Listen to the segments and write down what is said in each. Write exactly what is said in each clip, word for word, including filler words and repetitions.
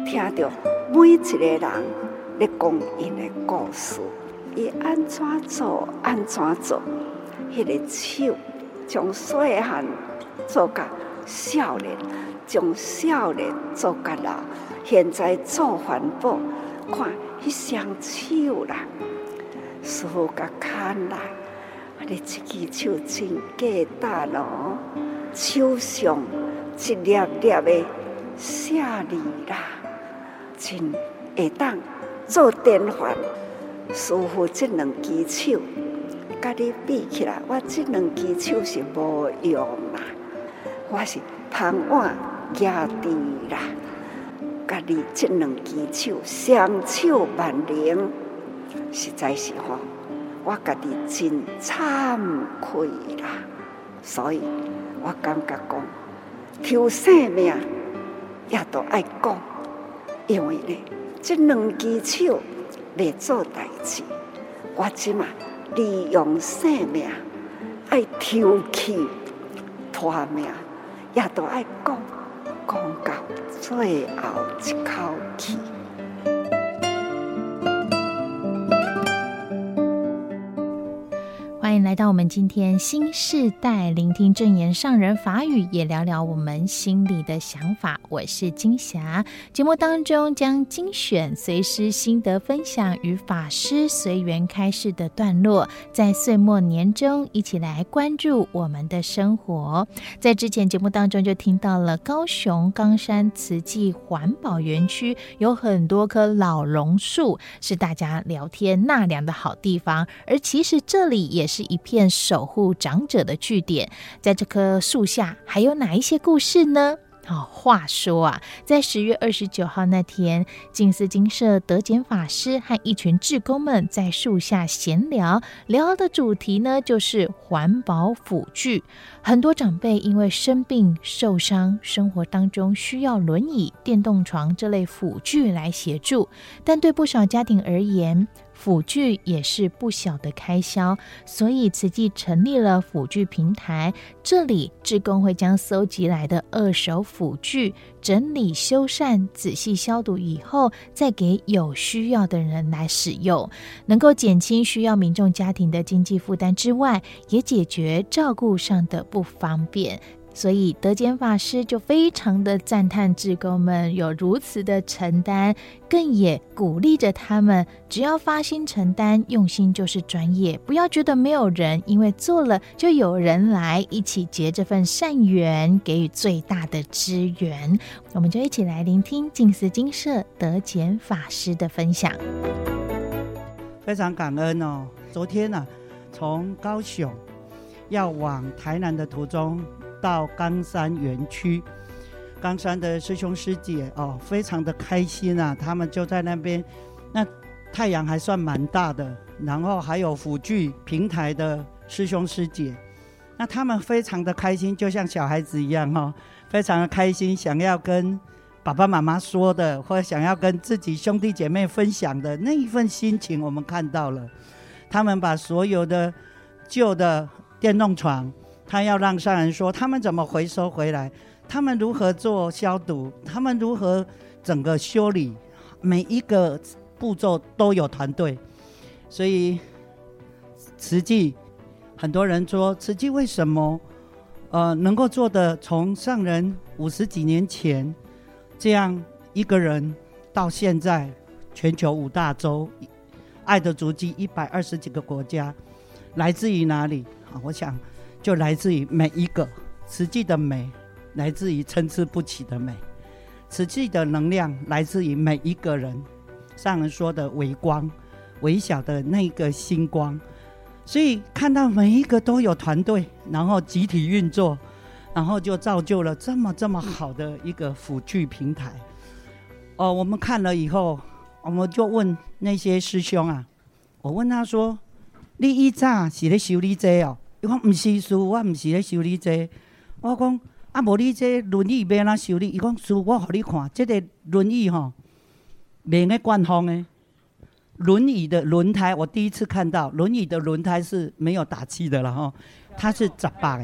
听到每一个人在讲因的故事，伊安怎做，安怎做，迄、那个手从细汉做到少年，从少年做到老，现在做环保，看迄双手啦，师傅甲牵来，你一支手真简单哦，手上一粒粒的写字啦，真会当做典范。师傅这两支手，甲你比起来，我这两支手是无用啦，我是旁碗夹地啦。甲你这两支手双手万能，实在是吼，我家己真惭愧啦。所以我感觉讲，抽性命也都爱讲，因为呢，这两支手来做代志，我即嘛利用性命爱抽气拖命，也都爱讲，讲到最后一口气。 欢迎来到我们今天新世代，聆听正言上人法语，也聊聊我们心里的想法。我是金霞，节目当中将精选随师心得分享与法师随缘开示的段落，在岁末年终一起来关注我们的生活。在之前节目当中就听到了高雄冈山慈济环保园区有很多棵老榕树，是大家聊天纳凉的好地方，而其实这里也是一片守护长者的据点。在这棵树下还有哪一些故事呢？哦，话说啊，在十月二十九号那天，净思精舍德简法师和一群志工们在树下闲聊，聊的主题呢就是环保辅具。很多长辈因为生病受伤，生活当中需要轮椅、电动床这类辅具来协助，但对不少家庭而言，辅具也是不小的开销，所以慈济成立了辅具平台，这里志工会将搜集来的二手辅具整理修缮，仔细消毒以后，再给有需要的人来使用，能够减轻需要民众家庭的经济负担之外，也解决照顾上的不方便。所以德简法师就非常的赞叹志工们有如此的承担，更也鼓励着他们，只要发心承担，用心就是专业，不要觉得没有人，因为做了就有人来一起结这份善缘，给予最大的支援。我们就一起来聆听净思精舍德简法师的分享。 非常感恩哦，昨天啊，从高雄要往台南的途中，到冈山园区，冈山的师兄师姐哦，非常的开心啊！他们就在那边，那太阳还算蛮大的，然后还有辅具平台的师兄师姐，那他们非常的开心，就像小孩子一样哦，非常的开心，想要跟爸爸妈妈说的，或者想要跟自己兄弟姐妹分享的那一份心情，我们看到了。他们把所有的旧的电动床，他要让上人说他们怎么回收回来，他们如何做消毒，他们如何整个修理，每一个步骤都有团队。所以慈济很多人说，慈济为什么呃能够做的从上人五十几年前这样一个人到现在全球五大洲爱的足迹一百二十几个国家，来自于哪里？我想就来自于每一个慈济的美，来自于参差不齐的美，慈济的能量来自于每一个人，上人说的微光，微小的那个星光。所以看到每一个都有团队，然后集体运作，然后就造就了这么这么好的一个辅具平台。哦，我们看了以后，我们就问那些师兄啊，我问他说，你以前是在修理这哦？他说不是师，我不是在修理这。我说啊，无你这轮椅要怎修理？他说师，我给你看，这个轮椅吼，免个灌风的。轮椅的轮胎，我第一次看到轮椅的轮胎是没有打气的了哈，它是十八的，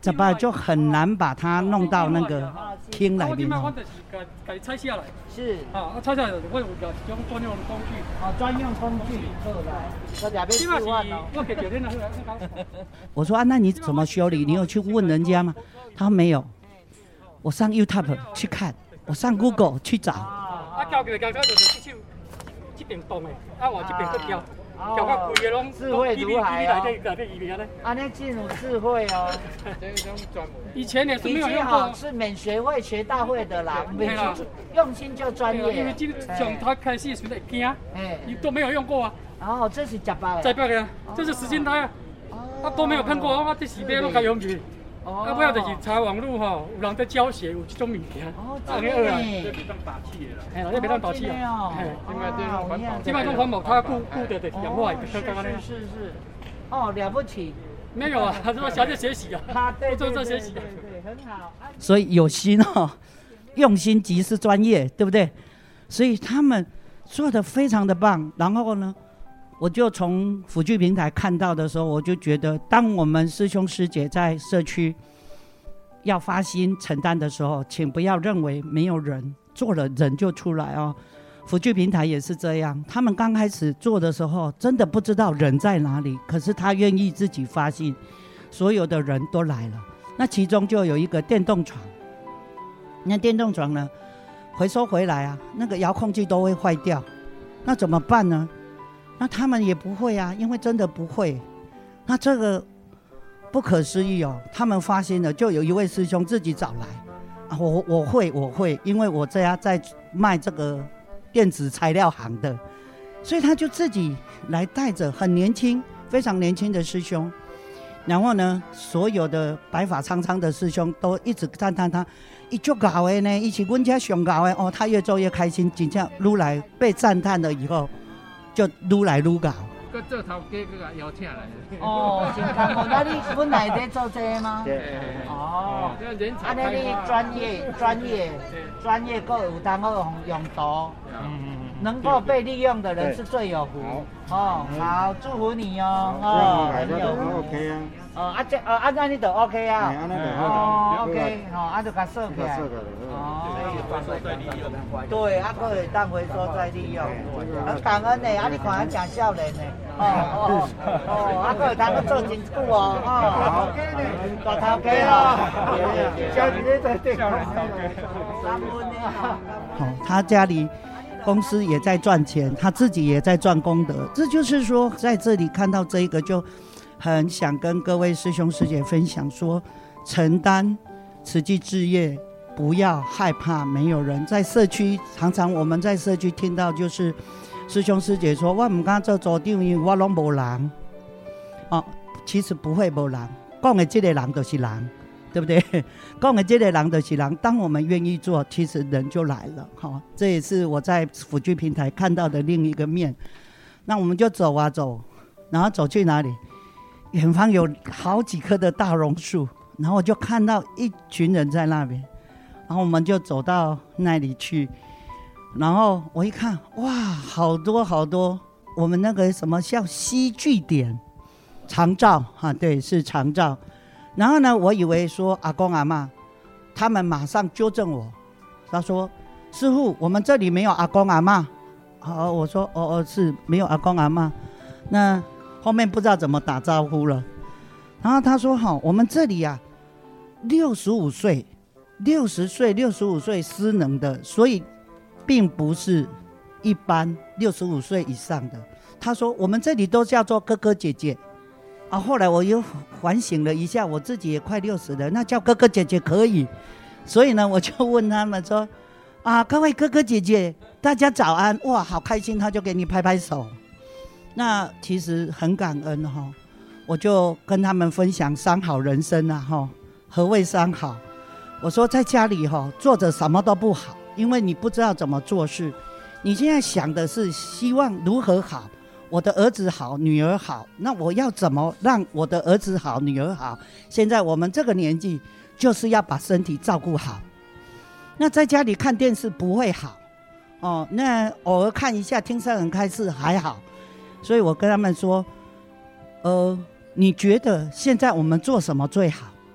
十八就很难把它弄到那个厅来面哦。 给它拆下来。 是。 啊，拆下来我有个用专用工具。 哦，专用工具。好来，这两边四万哦。 我给九天了。 我说啊，那你怎么修理？你有去问人家吗？他说没有。我上 YouTube 去看，我上 Google 去找。 啊，交起来交起来就是这手，这边动的，啊，换这边去交。交到规个拢智慧如海哦，内底内底里面咧。 安尼真有智慧哦。 这种专门。以前也是没有用过。是免学会学大会的啦，没用心就专业。 因为这从他开始时会惊，哎，你都没有用过啊。 哦，这是十八的。 十八的，这是实心胎啊。啊，都没有看过，我这洗边都该用去。啊，不要就是查网络吼，有人在教学有这种物件。哦，这个啊，这别当打气的啦。哎，这别当打气啊。哎，另外这种环保，另外这种环保，它顾顾的的氧化也是刚刚那样。是是是。哦，了不起。没有啊，他说想着学习啊。他对对对对对， 很好。 所以有心哦，用心即是专业，对不对？所以他们做的非常的棒。然后呢？我就从辅具平台看到的时候，我就觉得，当我们师兄师姐在社区要发心承担的时候，请不要认为没有人做了，人就出来哦。辅具平台也是这样，他们刚开始做的时候，真的不知道人在哪里，可是他愿意自己发心，所有的人都来了。那其中就有一个电动床，那电动床呢，回收回来啊，那个遥控器都会坏掉，那怎么办呢？那他们也不会啊，因为真的不会。那这个不可思议哦，他们发现了，就有一位师兄自己找来啊，我我会我会，因为我家在卖这个电子材料行的，所以他就自己来带着，很年轻，非常年轻的师兄。然后呢，所有的白发苍苍的师兄都一直赞叹他，一做搞的呢，一起阮家上搞的哦，他越做越开心，真正愈来被赞叹了以后。就愈来愈搞。 搁做头家，搁甲邀请来。 哦，真干苦。那你本来在做这个吗？ 对。 哦。安尼你专业、专业、专业，够有当好用途。嗯。能够被利用的人是最有福。哦，好，祝福你哦。 哦，很有福。OK 啊。 哦，啊这哦，按照你就 OK 啊。 安尼就好。 哦 OK， 哦，啊就甲设起来。哦。对，啊，可以当回收再利用。很感恩的，啊，你看啊，真少年的。哦哦哦，啊，可以当去做真久哦。哦。大头家哦。家里咧在店。三分的。 好，他家里。公司也在赚钱，他自己也在赚功德。这就是说，在这里看到这一个，就很想跟各位师兄师姐分享说，承担慈济志业，不要害怕没有人。在社区，常常我们在社区听到就是师兄师姐说，我不敢做组长，因为我拢没人。哦，其实不会没人，讲的这个人就是人。对不对？讲的这个人就是人，当我们愿意做，其实人就来了。好，这也是我在辅具平台看到的另一个面。那我们就走啊走，然后走去哪里？远方有好几棵的大榕树，然后我就看到一群人在那边，然后我们就走到那里去，然后我一看，哇，好多好多，我们那个什么叫西据点长照啊，对，是长照。然后呢，我以为说阿公阿嬷，他们马上纠正我，他说：“师父，我们这里没有阿公阿嬷。”哦，我说：“哦哦，是没有阿公阿嬷。”那后面不知道怎么打招呼了。然后他说：“好，我们这里啊，六十五岁、六十岁、六十五岁失能的，所以并不是一般六十五岁以上的。”他说：“我们这里都叫做哥哥姐姐。”啊，后来我又反省了一下，我自己也快六十了，那叫哥哥姐姐可以，所以呢，我就问他们说：“啊，各位哥哥姐姐，大家早安！”哇，好开心，他就给你拍拍手。那其实很感恩哈、哦，我就跟他们分享三好人生啊哈。何谓三好？我说在家里哈、哦、坐着什么都不好，因为你不知道怎么做事，你现在想的是希望如何好。我的儿子好，女儿好，那我要怎么让我的儿子好，女儿好？现在我们这个年纪，就是要把身体照顾好。那在家里看电视不会好，哦，那偶尔看一下听圣人开示还好。所以我跟他们说，呃，你觉得现在我们做什么最好？哎，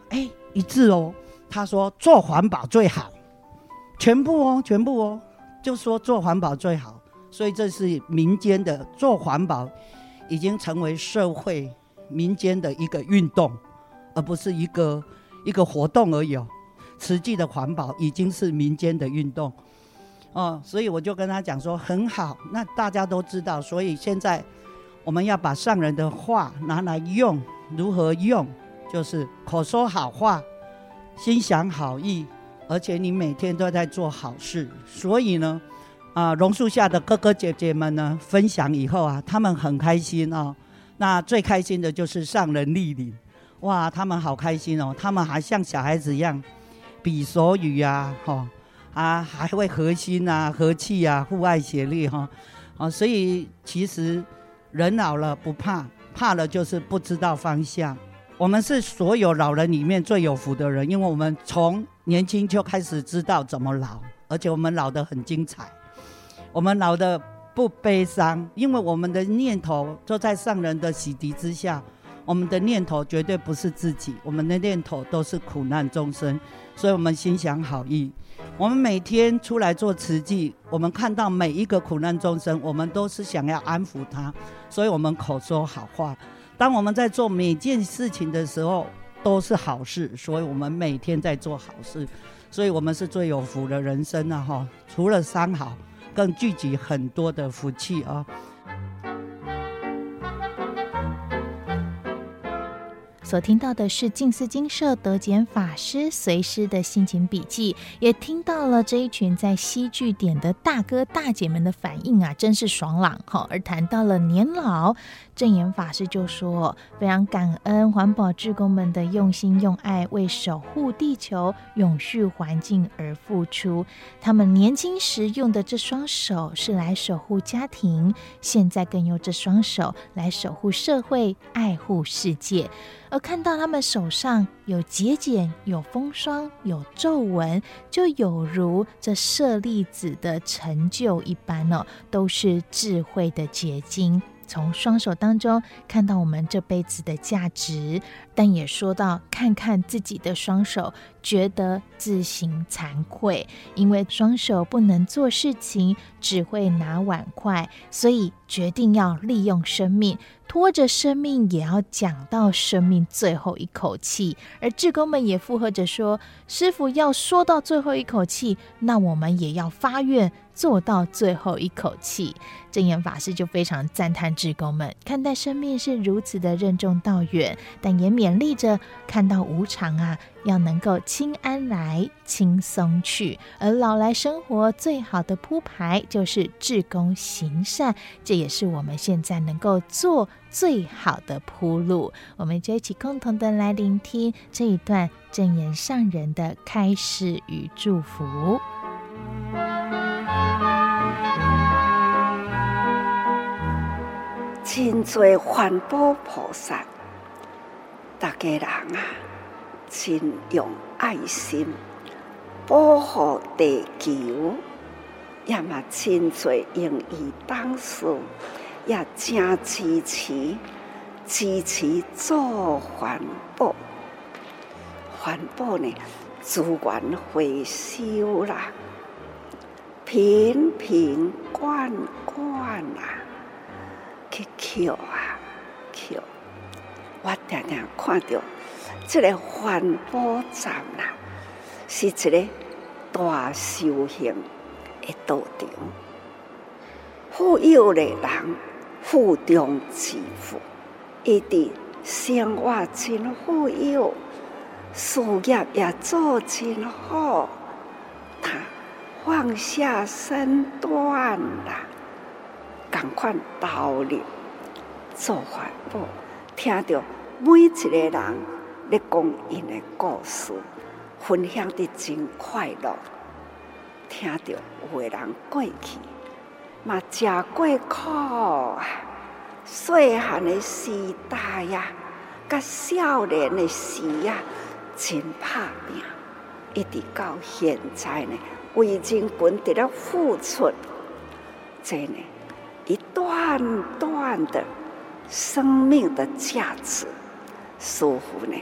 一致哦，他说做环保最好，全部哦，全部哦，就说做环保最好。所以这是民间的做环保，已经成为社会民间的一个运动，而不是一个一个活动而已哦。实际的环保已经是民间的运动哦，所以我就跟他讲说很好，那大家都知道，所以现在我们要把上人的话拿来用，如何用？就是口说好话，心想好意，而且你每天都在做好事。所以呢啊，榕树下的哥哥姐姐们呢，分享以后啊，他们很开心哦。那最开心的就是上人莅临，哇，他们好开心哦，他们还像小孩子一样比手语啊，哦、啊，还会合心啊、和气啊、互爱协力哈、哦，啊，所以其实人老了不怕，怕了就是不知道方向。我们是所有老人里面最有福的人，因为我们从年轻就开始知道怎么老，而且我们老得很精彩。我们老的不悲伤，因为我们的念头都在上人的洗涤之下，我们的念头绝对不是自己，我们的念头都是苦难众生，所以我们心想好意。我们每天出来做慈济，我们看到每一个苦难众生，我们都是想要安抚他，所以我们口说好话。当我们在做每件事情的时候都是好事，所以我们每天在做好事，所以我们是最有福的人生啊哈！除了三好，更聚集很多的福气啊。 所听到的是净思精舍德简法师随师的心情笔记，也听到了这一群在西据点的大哥大姐们的反应啊，真是爽朗。而谈到了年老，正言法师就说，非常感恩环保志工们的用心用爱，为守护地球永续环境而付出。他们年轻时用的这双手是来守护家庭，现在更用这双手来守护社会，爱护世界。而看到他们手上有节俭、有风霜、有皱纹，就有如这舍利子的成就一般哦，都是智慧的结晶。从双手当中看到我们这辈子的价值，但也说到看看自己的双手，觉得自行惭愧，因为双手不能做事情，只会拿碗筷，所以决定要利用生命，拖着生命也要讲到生命最后一口气。而志工们也附和着说，师父要说到最后一口气，那我们也要发愿做到最后一口气。正言法师就非常赞叹志工们看待生命是如此的任重道远，但也勉励着看到无常啊，要能够轻安来，轻松去。而老来生活最好的铺排就是志工行善，这也是我们现在能够做最好的铺路。我们就一起共同的来聆听这一段正言上人的开示与祝福。 真多环保菩萨，大家人啊，真用爱心保护地球，也嘛真多用伊当事，也真支持支持做环保。环保呢，资源回收啦，瓶瓶罐罐啦。去捡啊捡！我常常看到这个环保站啦，是一个大修行的道场。富有的人富中致富，伊伫生活真富有，事业也做真好，他放下身段啦。同款投入做环保，听到每一个人咧讲因的故事，分享得真快乐。听到有个人过去，嘛食过苦啊，细汉的时代呀，甲少年的时啊，真拍拼，一直到现在呢，为人群伫咧付出，这呢。一段段的生命的价值，似乎呢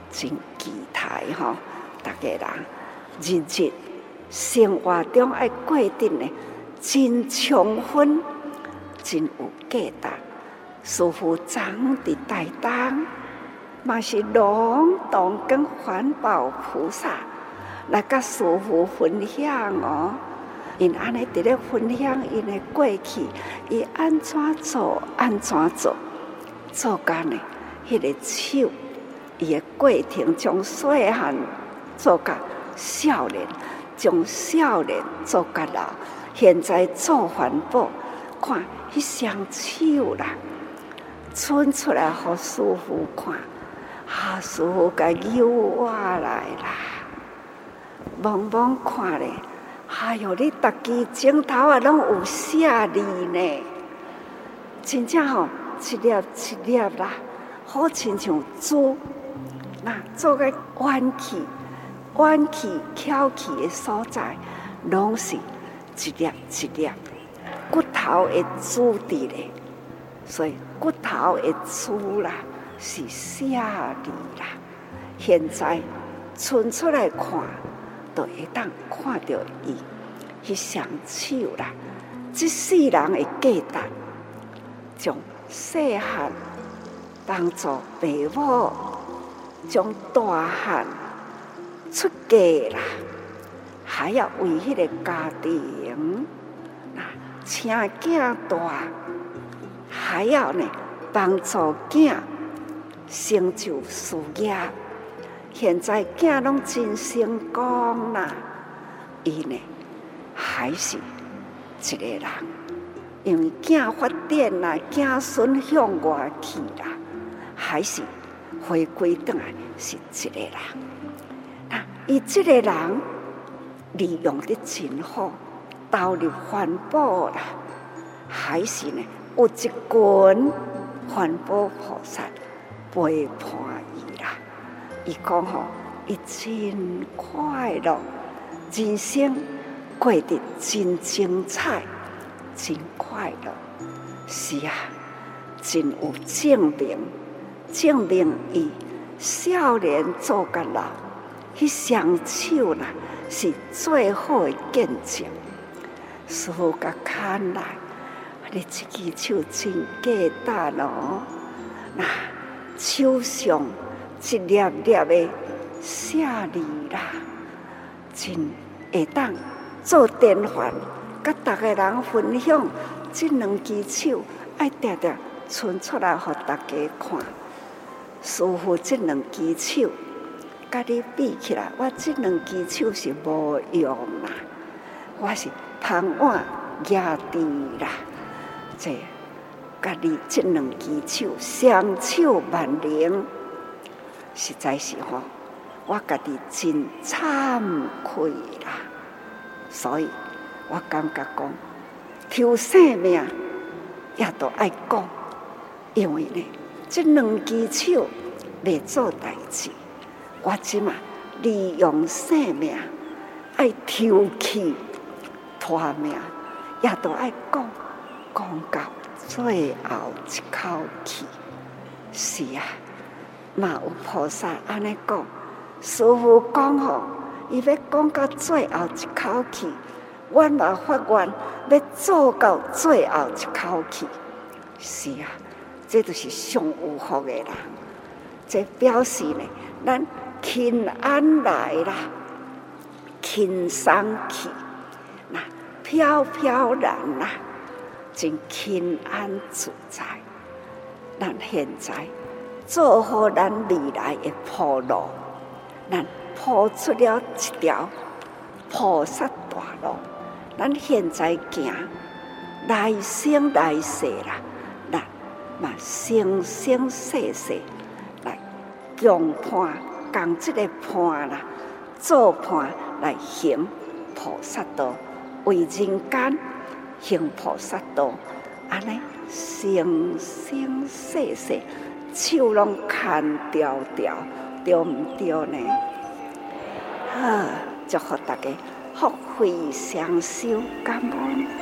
真期待吼，大家人日日生活中爱过得呢，真充分，真有价值。师父长伫台东，嘛是隆重跟环保菩萨来甲师父分享哦。因安尼伫咧分享因的过去，伊安怎做安怎做，做干呢？迄个手，伊的过程从细汉做甲少年，从少年做甲老，现在做环保，看迄双手啦，伸出来互师父看，啊，师父甲揪我来啦，茫茫看咧。哎哟，你逐支镜头啊，拢有写字呢，真正吼、哦，一粒一粒啦，好亲像珠，那做个弯起、弯起、翘起的所在，拢是一粒一粒骨头的珠伫咧，所以骨头的珠啦是写字啦。现在伸出来看。就会当看到伊迄双手啦，这世人的价值，从细汉帮助父母，从大汉出家啦，还要为迄个家庭啊，请囝大，还要呢帮助囝成就事业。现在囝拢真成功啦，伊呢还是一个人，因为囝发展啦，囝孙向外去啦，还是回归转来是一个人。那伊这个人利用得真好，投入环保啦，还是呢有一群环保菩萨陪伴伊啦。伊讲吼，伊真快乐，人生过得真精彩，真快乐。是啊，真有证明，证明伊少年做甲老，迄双手啦是最好的见证。师父甲看来，你这支手真价值哦，那手上。一粒粒的写字啦，真会当做典范，甲大家人分享。这两支手爱定定伸出来，互大家看。师父这两支手，甲你比起来，我这两支手是无用啦。我是旁碗压地啦，这甲你这两支手双手万灵。实在是吼，我家己真惭愧啦，所以我感觉讲，抽性命也都爱讲，因为呢，这两支手来做代志，我即嘛利用性命爱抽气拖命，也都爱讲，讲到最后一口气，是啊。嘛有菩萨安尼讲，师父讲吼，伊要讲到最后一口气，阮嘛发愿要做到最后一口气。是啊，这就是上有福的人。这表示呢，咱轻安来啦，轻松去，那飘飘然啦，真轻安自在。咱现在。做好咱未来的铺路，咱铺出了一条菩萨大路。咱现在行来生来世啦，咱嘛生生世世来用伴，共这个伴啦，做伴来行菩萨道，为人间行菩萨道，安尼生生世世。手拢牵条条，对毋对呢？好，祝福大家福慧双修，感恩。